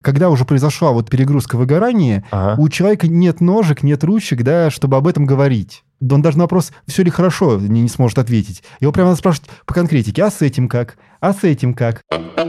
когда уже произошла вот перегрузка, выгорание, у человека нет ножек, нет ручек, да, чтобы об этом говорить. Он даже на вопрос, все ли хорошо, не сможет ответить. Его прямо надо спрашивать по конкретике. А с этим как? А с этим как?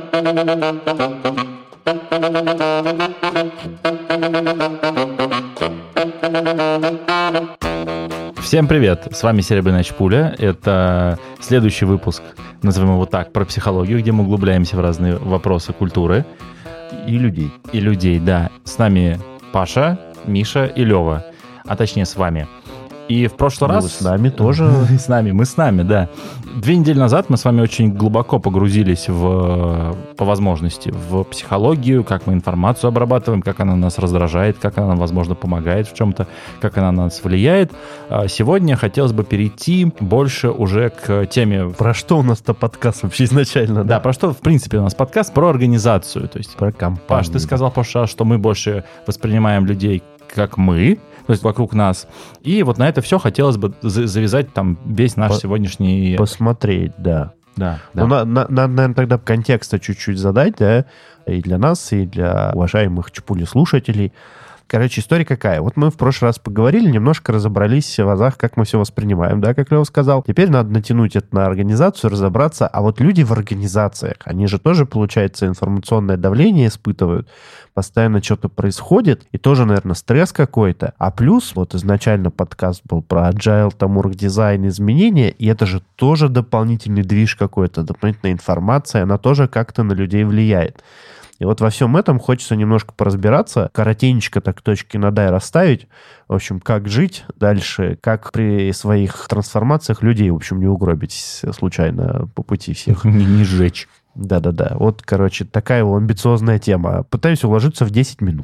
Всем привет! С вами Серебряная Чпуля. Это следующий выпуск, назовем его так, про психологию, где мы углубляемся в разные вопросы культуры. И людей. И людей, да. С нами Паша, Миша и Лева. А точнее, с вами. И в прошлый раз... Вы с нами тоже. Мы с нами, да. 2 недели назад мы с вами очень глубоко погрузились по возможности в психологию, как мы информацию обрабатываем, как она нас раздражает, как она нам, возможно, помогает в чем-то, как она на нас влияет. Сегодня хотелось бы перейти больше уже к теме... Про что у нас-то подкаст вообще изначально? Да, про что, в принципе, у нас подкаст? Про организацию. То есть, про компанию. Паш, ты сказал, Паша, что мы больше воспринимаем людей как мы, то есть вокруг нас. И вот на это все хотелось бы завязать там весь наш сегодняшний... Посмотреть, да. Да. Ну, надо, наверное, тогда контекста чуть-чуть задать, да, и для нас, и для уважаемых Чпули-слушателей. Короче, история какая? Вот мы в прошлый раз поговорили, немножко разобрались в азах, как мы все воспринимаем, да, как Лева сказал. Теперь надо натянуть это на организацию, разобраться. А вот люди в организациях, они же тоже, получается, информационное давление испытывают. Постоянно что-то происходит, и тоже, наверное, стресс какой-то. А плюс, вот изначально подкаст был про agile, там, оргдизайн, изменения, и это же тоже дополнительный движ какой-то, дополнительная информация, она тоже как-то на людей влияет. И вот во всем этом хочется немножко поразбираться, коротенько так точки над «и» расставить. В общем, как жить дальше, как при своих трансформациях людей, в общем, не угробить случайно по пути всех. Не сжечь. Да-да-да. Вот, короче, такая вот амбициозная тема. Пытаюсь уложиться в 10 минут.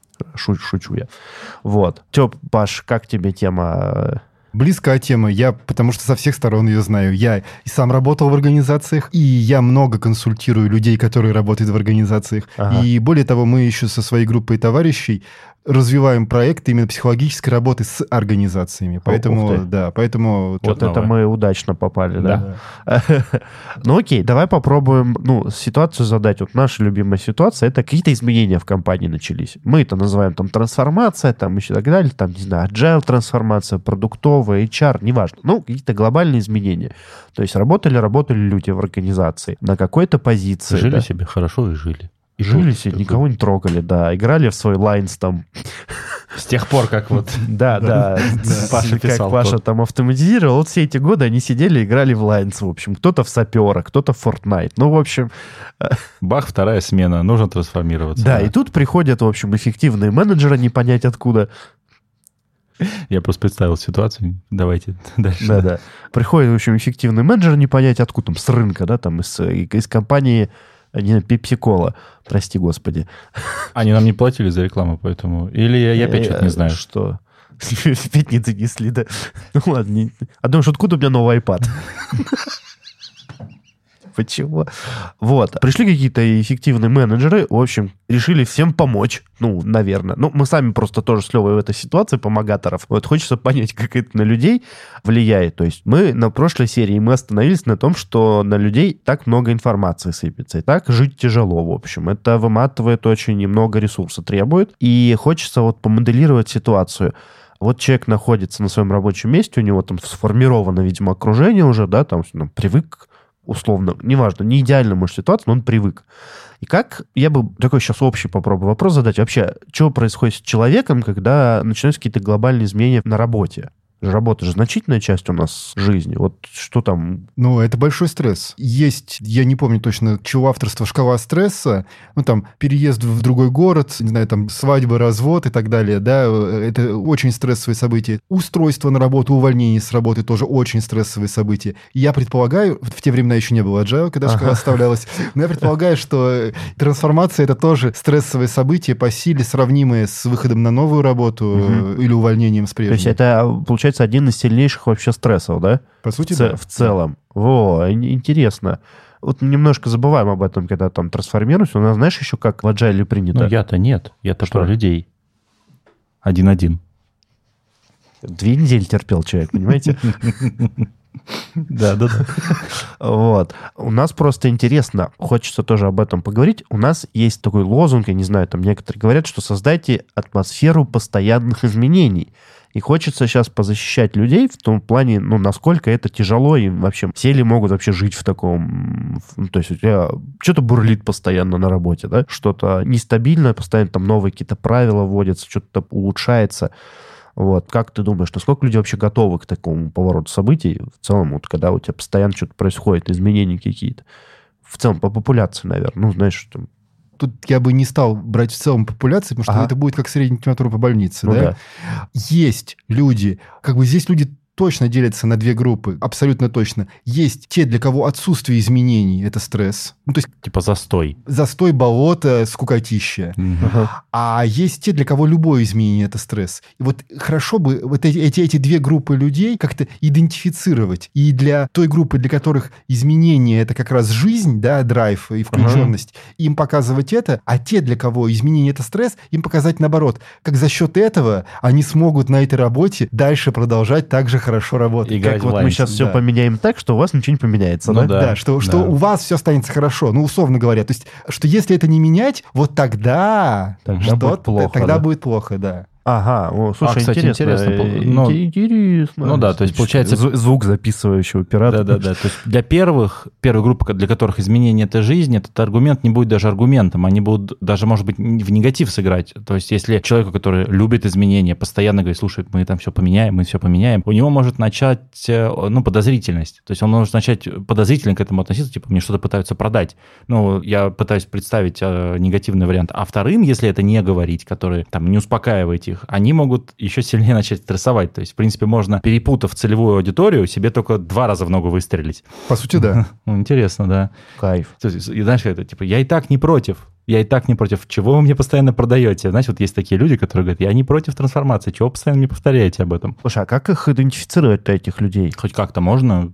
Шучу я. Вот. Тёп, Паш, как тебе тема... Близкая тема, потому что со всех сторон ее знаю. Я и сам работал в организациях, и я много консультирую людей, которые работают в организациях. Ага. И более того, мы еще со своей группой товарищей развиваем проекты именно психологической работы с организациями. Поэтому... Вот это мы удачно попали, да? Ну окей, давай попробуем ситуацию задать. Вот наша любимая ситуация, это какие-то изменения в компании начались. Мы это называем там трансформация, там еще так далее, там, не знаю, agile трансформация, продуктовая, HR, неважно. Какие-то глобальные изменения. То есть работали люди в организации на какой-то позиции. Жили себе хорошо и жили. Жили себе, никого не трогали, да. Играли в свой Lines там. С тех пор, как вот... Да. Паша писал. Как Паша там автоматизировал. Вот все эти годы они сидели, играли в Lines, в общем. Кто-то в Сапера, кто-то в Fortnite. В общем... Бах, вторая смена. Нужно трансформироваться. Да, и тут приходят, в общем, эффективные менеджеры, не понять откуда. Я просто представил ситуацию. Давайте дальше. Да. Приходит, в общем, эффективный менеджер, не понять откуда, там, с рынка, да, там, из компании... Не Пепси-кола, прости господи. Они нам не платили за рекламу, поэтому... Или я опять что-то не знаю. Что? Опять не донесли, да? Ну ладно. Одну шутку, у меня новый iPad. Почему? Вот. Пришли какие-то эффективные менеджеры, в общем, решили всем помочь. Наверное. Мы сами просто тоже с Левой в этой ситуации помогаторов. Вот хочется понять, как это на людей влияет. То есть мы на прошлой серии мы остановились на том, что на людей так много информации сыпется. И так жить тяжело, в общем. Это выматывает очень и много ресурса требует. И хочется вот помоделировать ситуацию. Вот человек находится на своем рабочем месте, у него там сформировано, видимо, окружение уже, да, там привык условно, неважно, не идеально, может, ситуация, но он привык. И как, я бы такой сейчас общий попробую вопрос задать, вообще, что происходит с человеком, когда начинаются какие-то глобальные изменения на работе? Работа же значительная часть у нас жизни. Вот что там? Это большой стресс. Есть, я не помню точно, чего авторство, шкала стресса. Там переезд в другой город, не знаю, там свадьба, развод и так далее. Да, это очень стрессовые события. Устройство на работу, увольнение с работы тоже очень стрессовые события. Я предполагаю, в те времена еще не было agile, когда шкала оставлялась, но я предполагаю, что трансформация — это тоже стрессовые события по силе, сравнимые с выходом на новую работу или увольнением с прежней. То есть это, получается, один из сильнейших вообще стрессов, да? По сути, да. В целом. Интересно. Вот немножко забываем об этом, когда там трансформируемся. У нас, знаешь, еще как в agile принято? Я-то нет. Я-то про людей. 1-1. 2 недели терпел человек, понимаете? Да. Вот. У нас просто интересно, хочется тоже об этом поговорить. У нас есть такой лозунг, я не знаю, там некоторые говорят, что создайте атмосферу постоянных изменений. И хочется сейчас позащищать людей в том плане, насколько это тяжело, и вообще все ли могут вообще жить в таком... То есть у тебя что-то бурлит постоянно на работе, да? Что-то нестабильное, постоянно там новые какие-то правила вводятся, что-то улучшается. Вот. Как ты думаешь, насколько люди вообще готовы к такому повороту событий в целом, вот, когда у тебя постоянно что-то происходит, изменения какие-то? В целом, по популяции, наверное. Знаешь, там... Тут я бы не стал брать в целом популяции, потому что это будет как средняя температура по больнице. Да? Есть люди, здесь люди точно делятся на две группы, абсолютно точно. Есть те, для кого отсутствие изменений – это стресс. То есть типа застой. Застой, болото, скукотища. А есть те, для кого любое изменение – это стресс. И вот хорошо бы вот эти две группы людей как-то идентифицировать. И для той группы, для которых изменение – это как раз жизнь, да, драйв и включенность, им показывать это, а те, для кого изменение – это стресс, им показать наоборот. Как за счет этого они смогут на этой работе дальше продолжать так же хорошо работать. Играть как вот мы сейчас все поменяем так, что у вас ничего не поменяется, да? Да, что у вас все останется хорошо, условно говоря. То есть, что если это не менять, вот тогда будет плохо, да. Ага, слушай, кстати, интересно. Ну да, то есть получается... Звук записывающего оператора. Да. То есть для первой группы, для которых изменение – это жизнь, этот аргумент не будет даже аргументом. Они будут даже, может быть, в негатив сыграть. То есть если человеку, который любит изменения, постоянно говорит, слушай, мы там все поменяем, у него может начать, подозрительность. То есть он может начать подозрительно к этому относиться, типа, мне что-то пытаются продать. Я пытаюсь представить негативный вариант. А вторым, если это не говорить, которые там не успокаиваете, они могут еще сильнее начать стрессовать. То есть, в принципе, можно, перепутав целевую аудиторию, себе только 2 раза в ногу выстрелить. По сути, да. Интересно, да. Кайф. И знаешь, как это, типа, я и так не против. Чего вы мне постоянно продаете? Знаешь, вот есть такие люди, которые говорят, я не против трансформации, чего вы постоянно мне повторяете об этом? Слушай, а как их идентифицировать-то, этих людей? Хоть как-то можно...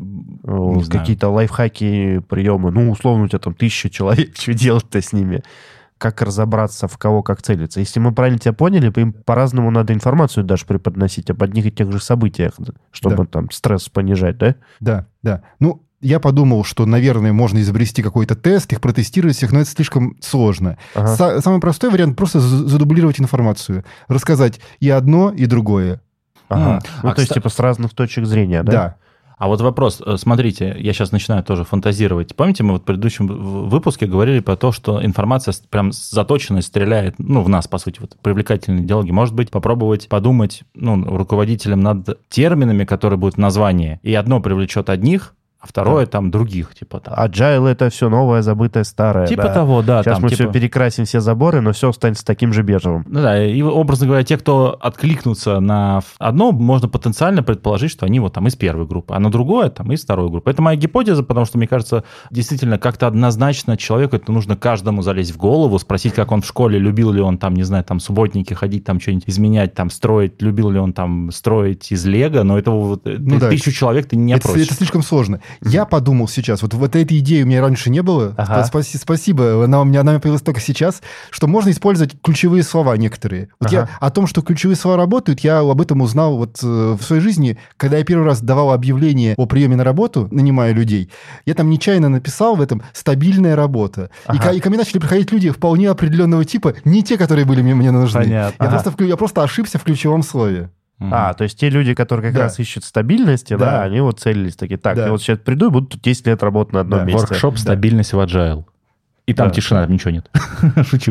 Какие-то лайфхаки, приемы. Условно, у тебя там 1000 человек, что делать-то с ними? Как разобраться, в кого как целиться. Если мы правильно тебя поняли, им по-разному надо информацию даже преподносить об одних и тех же событиях, чтобы там стресс понижать, да? Да. Я подумал, что, наверное, можно изобрести какой-то тест, их протестировать всех, но это слишком сложно. Самый простой вариант – просто задублировать информацию. Рассказать и одно, и другое. То есть, типа, с разных точек зрения, да? Да. А вот вопрос, смотрите, я сейчас начинаю тоже фантазировать. Помните, мы вот в предыдущем выпуске говорили про то, что информация прям заточенная стреляет, в нас, по сути, вот привлекательные диалоги. Может быть, попробовать подумать, руководителям над терминами, которые будут в названии, и одно привлечет одних, а второе там других, типа там. Agile — это все новое, забытое, старое. Типа того, да. Сейчас мы все перекрасим, все заборы, но все останется таким же бежевым. Да, и, образно говоря, те, кто откликнутся на одно, можно потенциально предположить, что они вот там из первой группы, а на другое там из второй группы. Это моя гипотеза, потому что, мне кажется, действительно, как-то однозначно человеку это нужно каждому залезть в голову, спросить, как он в школе, любил ли он там, не знаю, там субботники ходить, там что-нибудь изменять, там строить, любил ли он там строить из лего, но этого 1000 человек ты не опросишь. Это слишком сложно. Я подумал сейчас, вот этой идеи у меня раньше не было. Спасибо, она у меня появилась только сейчас, что можно использовать ключевые слова некоторые. Я о том, что ключевые слова работают, я об этом узнал в своей жизни, когда я первый раз давал объявление о приеме на работу, нанимая людей. Я там нечаянно написал в этом «стабильная работа». И ко мне начали приходить люди вполне определенного типа, не те, которые были мне нужны. Я просто ошибся в ключевом слове. То есть те люди, которые как раз ищут стабильности, они вот целились такие, я вот сейчас приду и буду тут 10 лет работать на одном месте. Воркшоп «Стабильность в Agile». И там тишина, ничего нет. Шучу.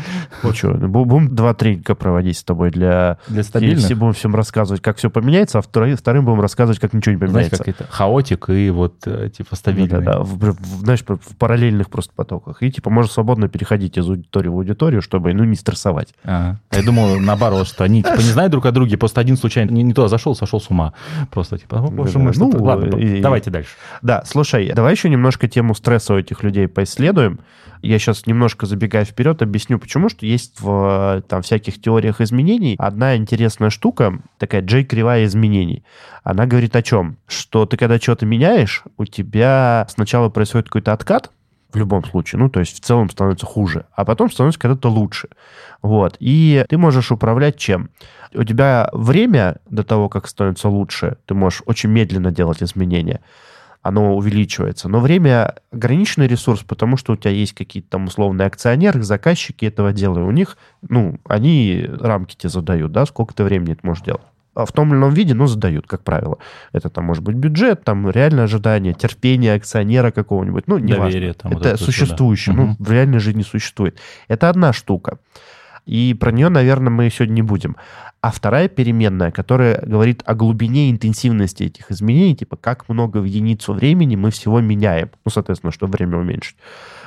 Будем 2 тренинга проводить с тобой для стабильных. Все будем всем рассказывать, как все поменяется, а вторым будем рассказывать, как ничего не поменяется. Знаешь, как это? Хаотик и вот типа стабильный. Да. Знаешь, в параллельных просто потоках. И типа можно свободно переходить из аудитории в аудиторию, чтобы, не стрессовать. Я думал, наоборот, что они типа не знают друг о друге, просто один случайно не туда зашел, сошел с ума. Просто типа, ладно, давайте дальше. Да, слушай, давай еще немножко тему стресса у этих людей поисследуем. Я сейчас немножко забегая вперед, объясню, почему, что есть в всяких теориях изменений одна интересная штука, такая J-кривая изменений. Она говорит о чем? Что ты, когда что-то меняешь, у тебя сначала происходит какой-то откат в любом случае. Ну, то есть в целом становится хуже, а потом становится когда-то лучше. Вот. И ты можешь управлять чем? У тебя время до того, как становится лучше, ты можешь очень медленно делать изменения, оно увеличивается. Но время — ограниченный ресурс, потому что у тебя есть какие-то там условные акционеры, заказчики этого дела, и у них, ну, они рамки тебе задают, да, сколько ты времени это можешь делать. В том или ином виде, но задают, как правило. Это там может быть бюджет, там реальное ожидание, терпение акционера какого-нибудь. Ну, не важно. Там, это вот существующее, да. ну, в реальной жизни существует. Это одна штука. И про нее, наверное, мы сегодня не будем. А вторая переменная, которая говорит о глубине интенсивности этих изменений, типа как много в единицу времени мы всего меняем. Ну, соответственно, чтобы время уменьшить.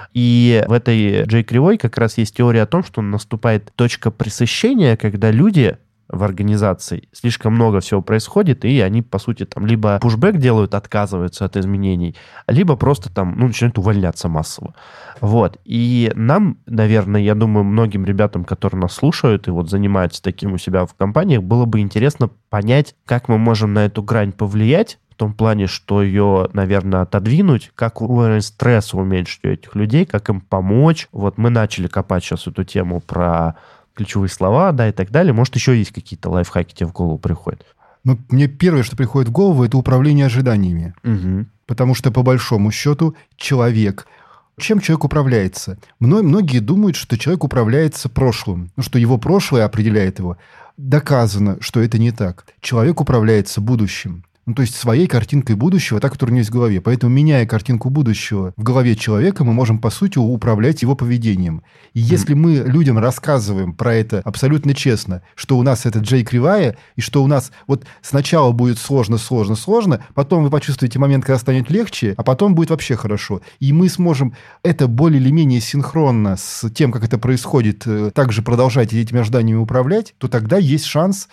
И в этой J-кривой как раз есть теория о том, что наступает точка пресыщения, когда люди в организации слишком много всего происходит, и они, по сути, там либо пушбэк делают, отказываются от изменений, либо просто там, ну, начинают увольняться массово. Вот. И нам, наверное, я думаю, многим ребятам, которые нас слушают и вот занимаются таким у себя в компаниях, было бы интересно понять, как мы можем на эту грань повлиять, в том плане, что ее, наверное, отодвинуть, как уровень стресса уменьшить у этих людей, как им помочь. Вот мы начали копать сейчас эту тему про ключевые слова, да, и так далее. Может, еще есть какие-то лайфхаки тебе в голову приходят? Ну, мне первое, что приходит в голову, это управление ожиданиями. Угу. Потому что, по большому счету, человек... Чем человек управляется? Многие думают, что человек управляется прошлым, что его прошлое определяет его. Доказано, что это не так. Человек управляется будущим. Ну, то есть своей картинкой будущего, та, которая у него есть в голове. Поэтому, меняя картинку будущего в голове человека, мы можем, по сути, управлять его поведением. И если мы людям рассказываем про это абсолютно честно, что у нас это J-кривая, и что у нас вот сначала будет сложно, потом вы почувствуете момент, когда станет легче, а потом будет вообще хорошо. И мы сможем это более или менее синхронно с тем, как это происходит, также продолжать этими ожиданиями управлять, то тогда есть шанс,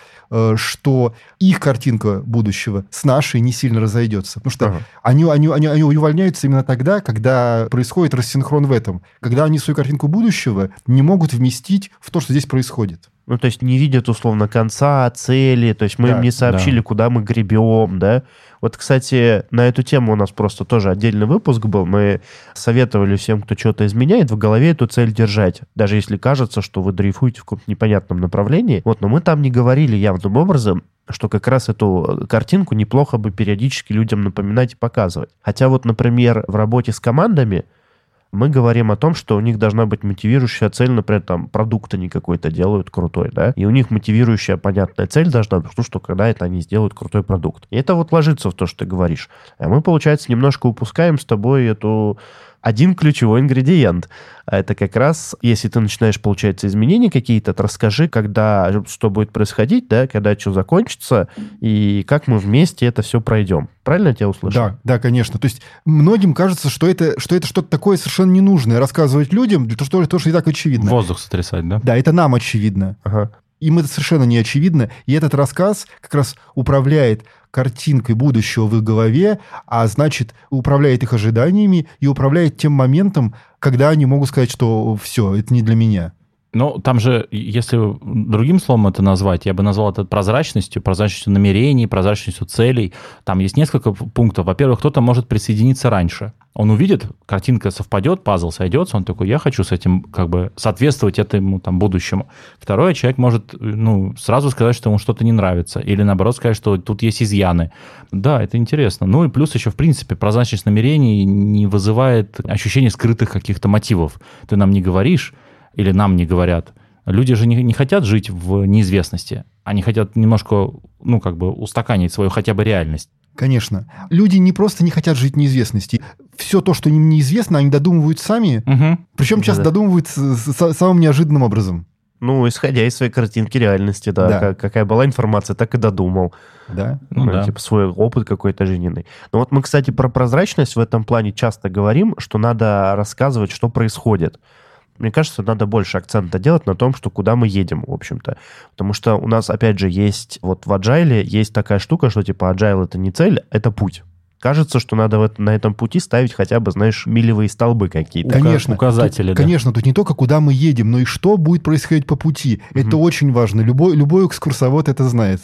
что их картинка будущего с нашей не сильно разойдется. Потому что они увольняются именно тогда, когда происходит рассинхрон в этом. Когда они свою картинку будущего не могут вместить в то, что здесь происходит. Ну, то есть не видят, условно, конца, цели, то есть мы им не сообщили, куда мы гребем, да. Вот, кстати, на эту тему у нас просто тоже отдельный выпуск был. Мы советовали всем, кто что-то изменяет, в голове эту цель держать. Даже если кажется, что вы дрейфуете в каком-то непонятном направлении. Вот, но мы там не говорили явным образом, что как раз эту картинку неплохо бы периодически людям напоминать и показывать. Хотя вот, например, в работе с командами мы говорим о том, что у них должна быть мотивирующая цель, например, там, продукт они какой-то делают крутой, да, и у них мотивирующая, понятная цель должна быть, что когда это они сделают крутой продукт. И это вот ложится в то, что ты говоришь. А мы, получается, немножко упускаем с тобой эту... один ключевой ингредиент. А это как раз, если ты начинаешь, получается, изменения какие-то, то расскажи, когда, что будет происходить, да, когда что закончится, и как мы вместе это все пройдем. Правильно я тебя услышал? Да, конечно. То есть многим кажется, что это что-то такое совершенно ненужное рассказывать людям, для того, что и так очевидно. Воздух сотрясать, да? Да, это нам очевидно. Ага. Им это совершенно не очевидно. И этот рассказ как раз управляет картинкой будущего в их голове, а значит, управляет их ожиданиями и управляет тем моментом, когда они могут сказать, что все, это не для меня. Ну, там же, если другим словом это назвать, я бы назвал это прозрачностью намерений, прозрачностью целей. Там есть несколько пунктов. Во-первых, кто-то может присоединиться раньше. Он увидит, картинка совпадет, пазл сойдется, он такой, я хочу с этим как бы соответствовать этому там будущему. Второе, человек может сразу сказать, что ему что-то не нравится, или наоборот сказать, что тут есть изъяны. Да, это интересно. Ну и плюс еще, в принципе, прозрачность намерений не вызывает ощущения скрытых каких-то мотивов. Ты нам не говоришь, или нам не говорят. Люди же не хотят жить в неизвестности. Они хотят немножко, устаканить свою хотя бы реальность. Конечно. Люди не просто не хотят жить в неизвестности. Все то, что им неизвестно, они додумывают сами. Угу. Причем часто додумывают самым неожиданным образом. Ну, исходя из своей картинки реальности, да. Какая была информация, так и додумал. Да. Типа свой опыт какой-то жизненный. Но вот мы, кстати, про прозрачность в этом плане часто говорим, что надо рассказывать, что происходит. Мне кажется, надо больше акцента делать на том, что куда мы едем, в общем-то. Потому что у нас, опять же, есть вот в Agile есть такая штука, что типа Agile — это не цель, это путь. Кажется, что надо на этом пути ставить хотя бы, милевые столбы какие-то. Конечно. Указатели, да. Конечно, тут не только куда мы едем, но и что будет происходить по пути. Это очень важно. Любой экскурсовод это знает.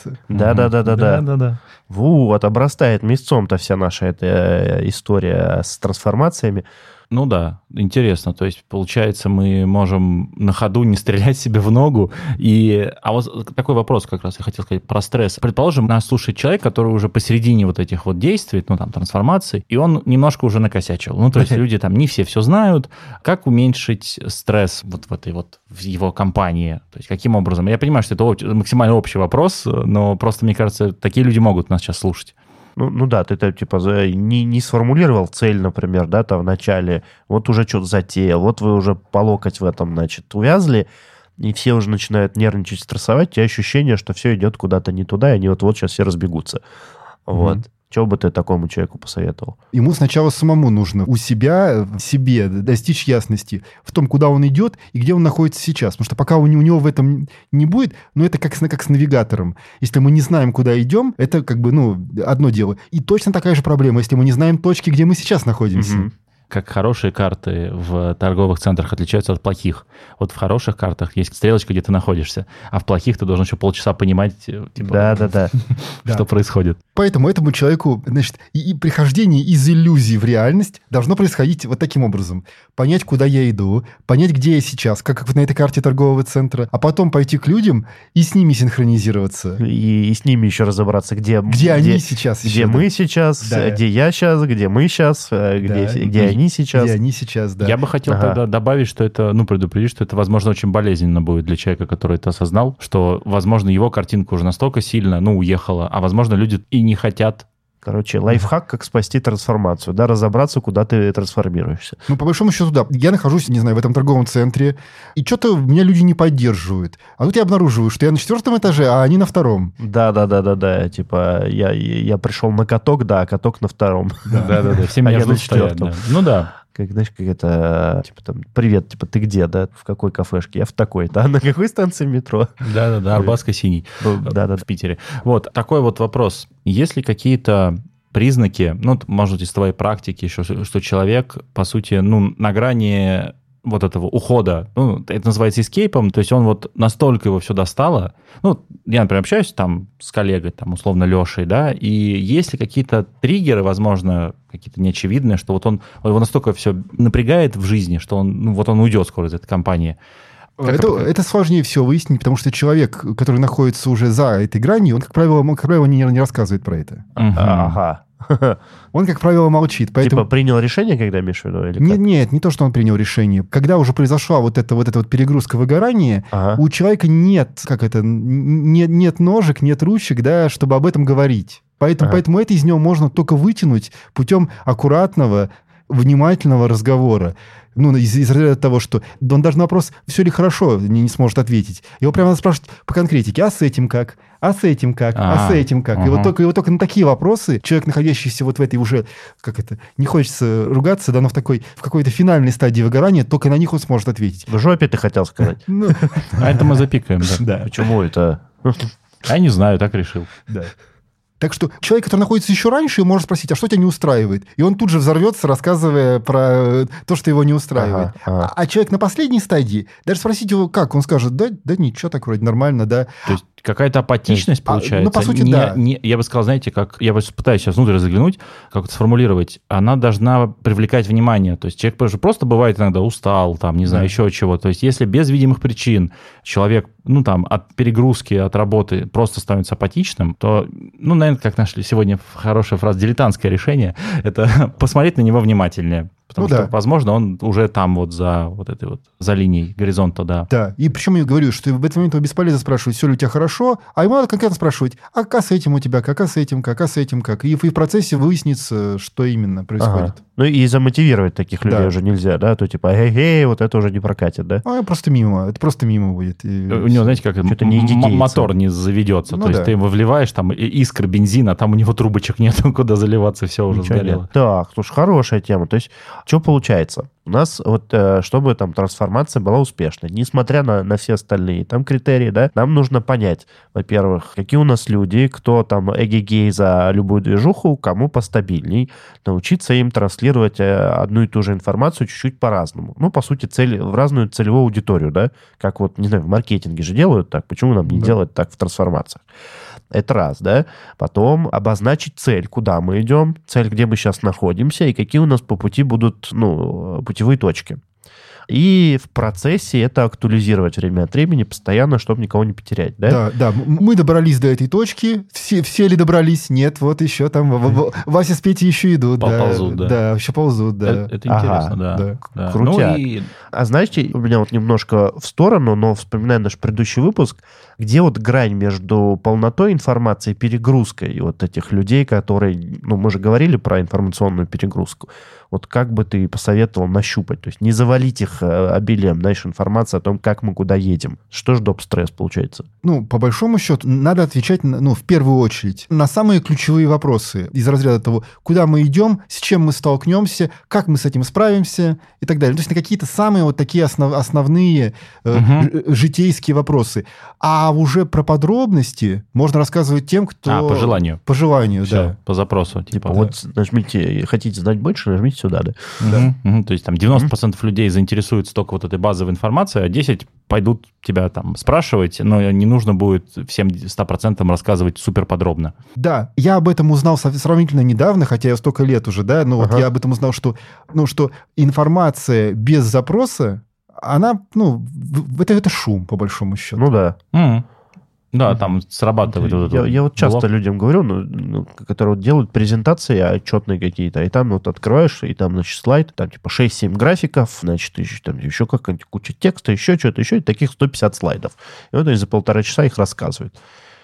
Да. Вот, обрастает мясцом-то вся наша эта история с трансформациями. Ну да, интересно. То есть, получается, мы можем на ходу не стрелять себе в ногу. А вот такой вопрос как раз я хотел сказать про стресс. Предположим, нас слушает человек, который уже посередине вот этих вот действий, ну там трансформаций, и он немножко уже накосячил. Ну то есть люди там не все знают. Как уменьшить стресс вот в этой вот в его компании? То есть каким образом? Я понимаю, что это максимально общий вопрос, но просто, мне кажется, такие люди могут нас сейчас слушать. Ну да, ты типа не сформулировал цель, например, да, там в начале, вот уже что-то затеял, вот вы уже по локоть в этом, значит, увязли, и все уже начинают нервничать, стрессовать, у тебя ощущение, что все идет куда-то не туда, и они вот сейчас все разбегутся. Вот. Чего бы ты такому человеку посоветовал? Ему сначала самому нужно у себя, в себе достичь ясности в том, куда он идет и где он находится сейчас. Потому что пока у него в этом не будет, ну, это как с навигатором. Если мы не знаем, куда идем, это как бы, одно дело. И точно такая же проблема, если мы не знаем точки, где мы сейчас находимся. Как хорошие карты в торговых центрах отличаются от плохих. Вот в хороших картах есть стрелочка, где ты находишься, а в плохих ты должен еще полчаса понимать, типа, что происходит. Поэтому этому человеку, значит, и прихождение из иллюзии в реальность должно происходить вот таким образом. Понять, куда я иду, понять, где я сейчас, как на этой карте торгового центра, а потом пойти к людям и с ними синхронизироваться. И с ними еще разобраться, где они сейчас. Где мы сейчас, где я сейчас, где мы сейчас, где они сейчас. Где они сейчас, да. Я бы хотел тогда добавить, что это, предупредить, что это, возможно, очень болезненно будет для человека, который это осознал, что, возможно, его картинка уже настолько сильно, уехала, а, возможно, люди и не хотят. Короче, лайфхак, как спасти трансформацию, да, разобраться, куда ты трансформируешься. По большому счету, да. Я нахожусь, не знаю, в этом торговом центре, и что-то меня люди не поддерживают. А тут я обнаруживаю, что я на 4 этаже, а они на 2. Да. Типа, я пришел на каток, да, а каток на 2. Да. Все меня ждут, стоят. Ну да. Как, знаешь, как это, типа там, привет, типа, ты где, да, в какой кафешке? Я в такой, да, на какой станции метро? Да, Арбатско-Синий. Да, в Питере. Вот, такой вот вопрос. Есть ли какие-то признаки, может быть, из твоей практики еще, что человек, по сути, на грани вот этого ухода, это называется эскейпом, то есть он вот настолько его все достало. Я, например, общаюсь там с коллегой, там, условно, Лешей, да, и есть ли какие-то триггеры, возможно, какие-то неочевидные, что вот его настолько все напрягает в жизни, что он уйдет скоро из этой компании. Это сложнее всего выяснить, потому что человек, который находится уже за этой гранью, он, как правило, не рассказывает про это. Ага. Он, как правило, молчит. Поэтому... Типа принял решение, когда имеешь в виду? Или нет, не то, что он принял решение. Когда уже произошла вот эта перегрузка, выгорание, у человека нет ножек, нет ручек, да, чтобы об этом говорить. Поэтому это из него можно только вытянуть путем аккуратного, внимательного разговора. Из разряда того, что он даже на вопрос, все ли хорошо, не сможет ответить. Его прямо надо спрашивать по конкретике. А с этим как? А с этим как? А с этим как? И вот только на такие вопросы человек, находящийся вот в этой уже, не хочется ругаться, да, но в какой-то финальной стадии выгорания, только на них он сможет ответить. В жопе ты хотел сказать. А это мы запикаем, да. Почему это? Я не знаю, так решил. Да. Так что человек, который находится еще раньше, может спросить, а что тебя не устраивает? И он тут же взорвется, рассказывая про то, что его не устраивает. А человек на последней стадии, даже спросить его, как, он скажет, да ничего, так вроде нормально, да. То есть какая-то апатичность получается. По сути, да. Я бы сказал, знаете, я пытаюсь сейчас внутрь заглянуть, как это сформулировать. Она должна привлекать внимание. То есть человек просто бывает иногда устал, там, не знаю, еще чего. То есть если без видимых причин человек, от перегрузки, от работы просто становится апатичным, то, наверное, как нашли сегодня хорошая фраза, дилетантское решение, это посмотреть на него внимательнее. Потому что, возможно, он уже там за линией горизонта, да. Да, и причем я говорю, что в этот момент его бесполезно спрашивать, все ли у тебя хорошо, а ему надо конкретно спрашивать, а с этим у тебя как, а с этим как, а с этим как. И в процессе выяснится, что именно происходит. И замотивировать таких людей уже нельзя, да? То типа, вот это уже не прокатит, да? Это просто мимо будет. У него, знаете, как мотор не заведется. То есть ты его вливаешь, там искры бензина, там у него трубочек нет, куда заливаться, все уже сгорело. Так, слушай, хорошая тема. То есть, что получается? У нас чтобы там трансформация была успешной, несмотря на все остальные там критерии, да, нам нужно понять, во-первых, какие у нас люди, кто там эгегей за любую движуху, кому постабильней, научиться им транслировать одну и ту же информацию чуть-чуть по-разному. По сути, в разную целевую аудиторию, да, как не знаю, в маркетинге же делают так, почему нам не делать так в трансформациях? Это раз, да? Потом обозначить цель, куда мы идем, цель, где мы сейчас находимся, и какие у нас по пути будут, путевые точки. И в процессе это актуализировать время от времени постоянно, чтобы никого не потерять, да? Да. Мы добрались до этой точки. Все ли добрались? Нет, вот еще там Вася с Петей еще идут. Ползут, да. Да, еще ползут, да. Это интересно, да. Крутяк. А знаете, у меня вот немножко в сторону, но вспоминаю наш предыдущий выпуск, где вот грань между полнотой информации и перегрузкой вот этих людей, которые... мы же говорили про информационную перегрузку. Вот как бы ты посоветовал нащупать? То есть не завалить их обилием, знаешь, информации о том, как мы куда едем. Что же доп-стресс получается? По большому счету, надо отвечать, в первую очередь, на самые ключевые вопросы из разряда того, куда мы идем, с чем мы столкнемся, как мы с этим справимся и так далее. То есть на какие-то самые вот такие основные житейские вопросы. А уже про подробности можно рассказывать тем, кто... по желанию. По желанию, все, да. по запросу. Вот нажмите, хотите знать больше, нажмите сюда, да. То есть там 90% людей заинтересуются только вот этой базовой информацией, а 10 пойдут тебя там спрашивать, но не нужно будет всем 100% рассказывать супер подробно. Да, я об этом узнал сравнительно недавно, хотя я столько лет уже, да, но вот я об этом узнал, что информация без запроса, она, это шум, по большому счету. Да. Да, там срабатывает. Я вот часто людям говорю, которые делают презентации отчетные какие-то, и там открываешь, и там, слайд, там 6-7 графиков, еще какая-нибудь куча текста, еще что-то, и таких 150 слайдов. И вот они за 1,5 часа их рассказывают.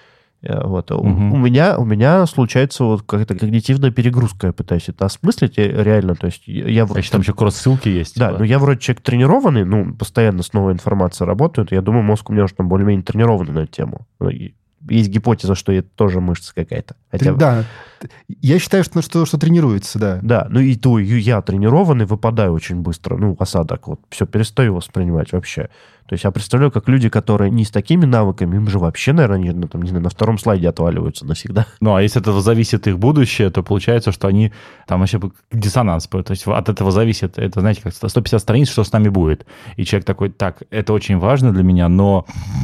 Вот. У меня случается вот какая-то когнитивная перегрузка, я пытаюсь это осмыслить реально. То есть там еще кросс-ссылки есть. Да, но я вроде человек тренированный, постоянно с новой информацией работаю, я думаю, мозг у меня уже там более-менее тренированный на эту тему. Есть гипотеза, что это тоже мышца какая-то. Да, я считаю, что тренируется, да. Да, и то я тренированный, выпадаю очень быстро, осадок, все, перестаю воспринимать вообще. То есть я представляю, как люди, которые не с такими навыками, им же вообще, наверное, не знаю, на втором слайде отваливаются навсегда. А если от этого зависит их будущее, то получается, что они там вообще диссонанс. То есть от этого зависит, это, знаете, как 150 страниц, что с нами будет. И человек такой, так, это очень важно для меня, но...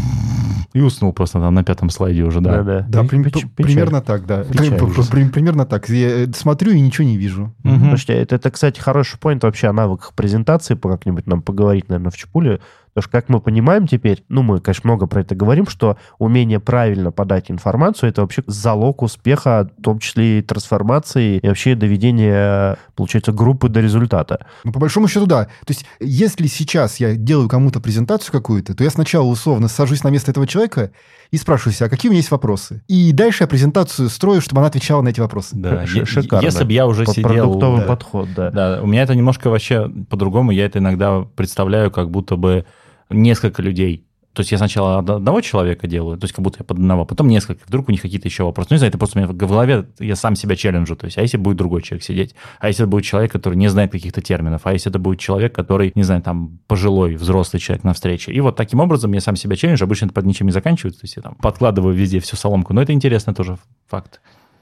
И уснул просто там на 5-м слайде уже, да. Да, примерно так, да. Примерно так. Я смотрю и ничего не вижу. Слушайте, это, кстати, хороший поинт вообще о навыках презентации, как-нибудь нам поговорить, наверное, в Чепуле. Потому что, как мы понимаем теперь, мы, конечно, много про это говорим, что умение правильно подать информацию — это вообще залог успеха, в том числе и трансформации, и вообще доведения, получается, группы до результата. По большому счету, да. То есть, если сейчас я делаю кому-то презентацию какую-то, то я сначала условно сажусь на место этого человека и спрашиваю себя, какие у меня есть вопросы. И дальше я презентацию строю, чтобы она отвечала на эти вопросы. Да, шикарно. Если бы я уже сидел... Продуктовый подход, да. Да, у меня это немножко вообще по-другому. Я это иногда представляю, как будто бы несколько людей. То есть я сначала одного человека делаю, то есть как будто я под одного, потом несколько, вдруг у них какие-то еще вопросы. Не знаю, это просто у меня в голове, я сам себя челленджу. То есть, а если будет другой человек сидеть? А если это будет человек, который не знает каких-то терминов? А если это будет человек, который, не знаю, там, пожилой, взрослый человек на встрече? И вот таким образом я сам себя челленджу. Обычно это под ничем не заканчивается. То есть я там подкладываю везде всю соломку. Но это интересно тоже факт.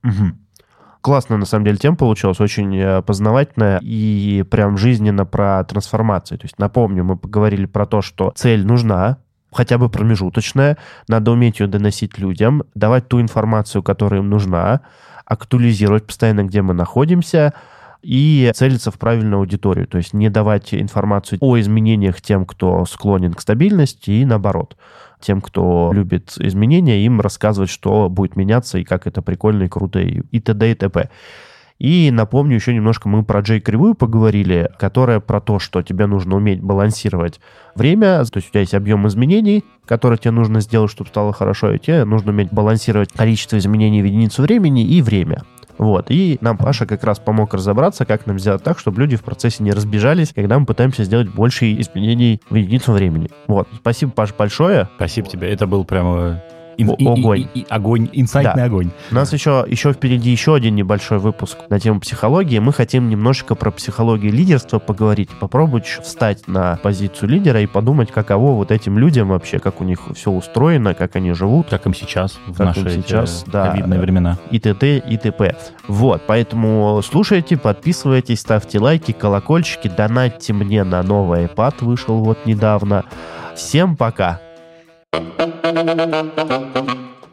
Классно, на самом деле, тема получилась, очень познавательная и прям жизненно про трансформацию. То есть, напомню, мы поговорили про то, что цель нужна, хотя бы промежуточная, надо уметь ее доносить людям, давать ту информацию, которая им нужна, актуализировать постоянно, где мы находимся, и целиться в правильную аудиторию. То есть не давать информацию о изменениях тем, кто склонен к стабильности, и наоборот. Тем, кто любит изменения, им рассказывать, что будет меняться, и как это прикольно и круто, и т.д. и т.п. И напомню, еще немножко мы про J-кривую поговорили, которая про то, что тебе нужно уметь балансировать время, то есть у тебя есть объем изменений, которые тебе нужно сделать, чтобы стало хорошо, и тебе нужно уметь балансировать количество изменений в единицу времени и время. Вот. И нам Паша как раз помог разобраться, как нам сделать так, чтобы люди в процессе не разбежались, когда мы пытаемся сделать больше изменений в единицу времени. Вот. Спасибо, Паш, большое. Спасибо тебе. Это был прямо... огонь. Огонь, инсайтный огонь. У нас еще впереди еще один небольшой выпуск на тему психологии. Мы хотим немножечко про психологию лидерства поговорить. Попробовать встать на позицию лидера и подумать, каково вот этим людям вообще, как у них все устроено, как они живут. Как им сейчас, в наши ковидные времена. И т.д. и т.п. Вот, поэтому слушайте, подписывайтесь, ставьте лайки, колокольчики, донатьте мне на новый iPad, вышел вот недавно. Всем пока!